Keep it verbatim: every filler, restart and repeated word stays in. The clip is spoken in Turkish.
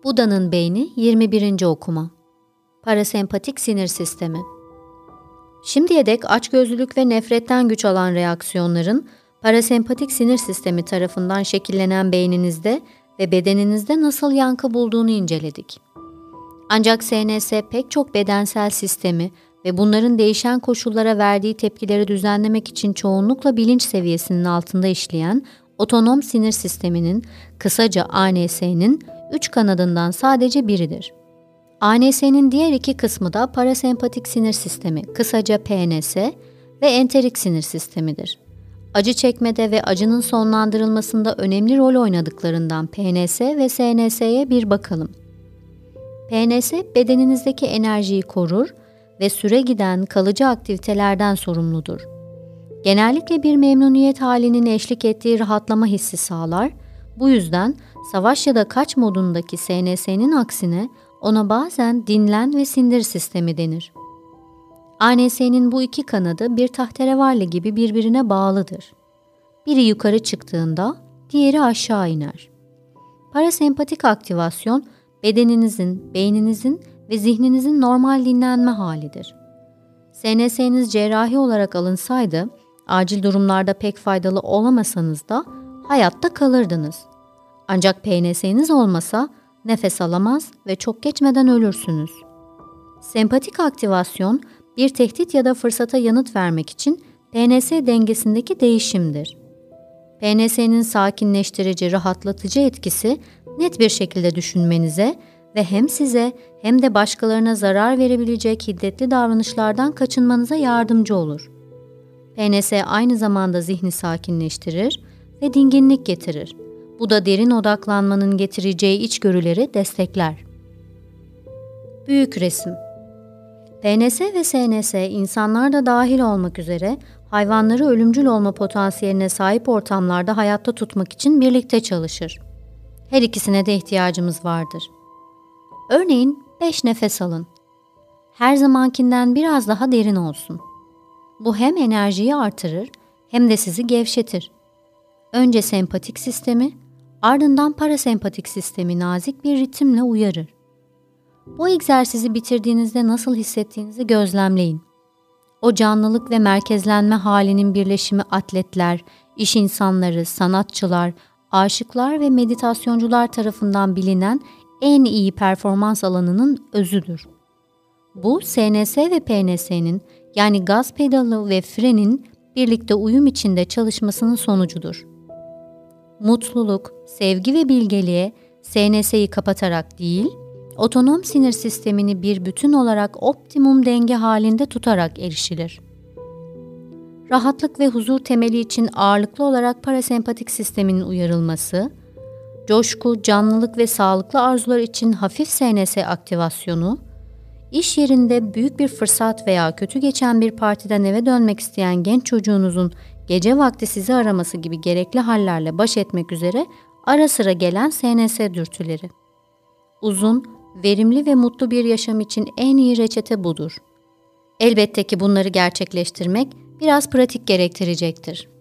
Buda'nın beyni yirmi birinci okuma. Parasempatik sinir sistemi. Şimdiye dek açgözlülük ve nefretten güç alan reaksiyonların parasempatik sinir sistemi tarafından şekillenen beyninizde ve bedeninizde nasıl yankı bulduğunu inceledik. Ancak S N S pek çok bedensel sistemi ve bunların değişen koşullara verdiği tepkileri düzenlemek için çoğunlukla bilinç seviyesinin altında işleyen otonom sinir sisteminin, kısaca A N S'nin üç kanadından sadece biridir. A N S'nin diğer iki kısmı da parasempatik sinir sistemi, kısaca P N S ve enterik sinir sistemidir. Acı çekmede ve acının sonlandırılmasında önemli rol oynadıklarından P N S ve S N S'ye bir bakalım. P N S, bedeninizdeki enerjiyi korur ve süre giden kalıcı aktivitelerden sorumludur. Genellikle bir memnuniyet halinin eşlik ettiği rahatlama hissi sağlar. Bu yüzden savaş ya da kaç modundaki S N S'nin aksine ona bazen dinlen ve sindir sistemi denir. A N S'nin bu iki kanadı bir tahterevalli gibi birbirine bağlıdır. Biri yukarı çıktığında diğeri aşağı iner. Parasempatik aktivasyon bedeninizin, beyninizin ve zihninizin normal dinlenme halidir. S N S'niz cerrahi olarak alınsaydı, acil durumlarda pek faydalı olamasanız da hayatta kalırdınız. Ancak P N S'niz olmasa nefes alamaz ve çok geçmeden ölürsünüz. Sempatik aktivasyon bir tehdit ya da fırsata yanıt vermek için P N S dengesindeki değişimdir. P N S'nin sakinleştirici, rahatlatıcı etkisi net bir şekilde düşünmenize ve hem size hem de başkalarına zarar verebilecek hiddetli davranışlardan kaçınmanıza yardımcı olur. P N S aynı zamanda zihni sakinleştirir ve dinginlik getirir. Bu da derin odaklanmanın getireceği içgörüleri destekler. Büyük resim. P N S ve S N S, insanlar da dahil olmak üzere hayvanları ölümcül olma potansiyeline sahip ortamlarda hayatta tutmak için birlikte çalışır. Her ikisine de ihtiyacımız vardır. Örneğin beş nefes alın. Her zamankinden biraz daha derin olsun. Bu hem enerjiyi artırır hem de sizi gevşetir. Önce sempatik sistemi, ardından parasempatik sistemi nazik bir ritimle uyarır. Bu egzersizi bitirdiğinizde nasıl hissettiğinizi gözlemleyin. O canlılık ve merkezlenme halinin birleşimi atletler, iş insanları, sanatçılar, aşıklar ve meditasyoncular tarafından bilinen en iyi performans alanının özüdür. Bu, S N S ve P N S'nin, yani gaz pedalı ve frenin birlikte uyum içinde çalışmasının sonucudur. Mutluluk, sevgi ve bilgeliğe S N S'yi kapatarak değil, otonom sinir sistemini bir bütün olarak optimum denge halinde tutarak erişilir. Rahatlık ve huzur temeli için ağırlıklı olarak parasempatik sistemin uyarılması, coşku, canlılık ve sağlıklı arzular için hafif S N S aktivasyonu, iş yerinde büyük bir fırsat veya kötü geçen bir partiden eve dönmek isteyen genç çocuğunuzun gece vakti sizi araması gibi gerekli hallerle baş etmek üzere ara sıra gelen S N S dürtüleri. Uzun, verimli ve mutlu bir yaşam için en iyi reçete budur. Elbette ki bunları gerçekleştirmek biraz pratik gerektirecektir.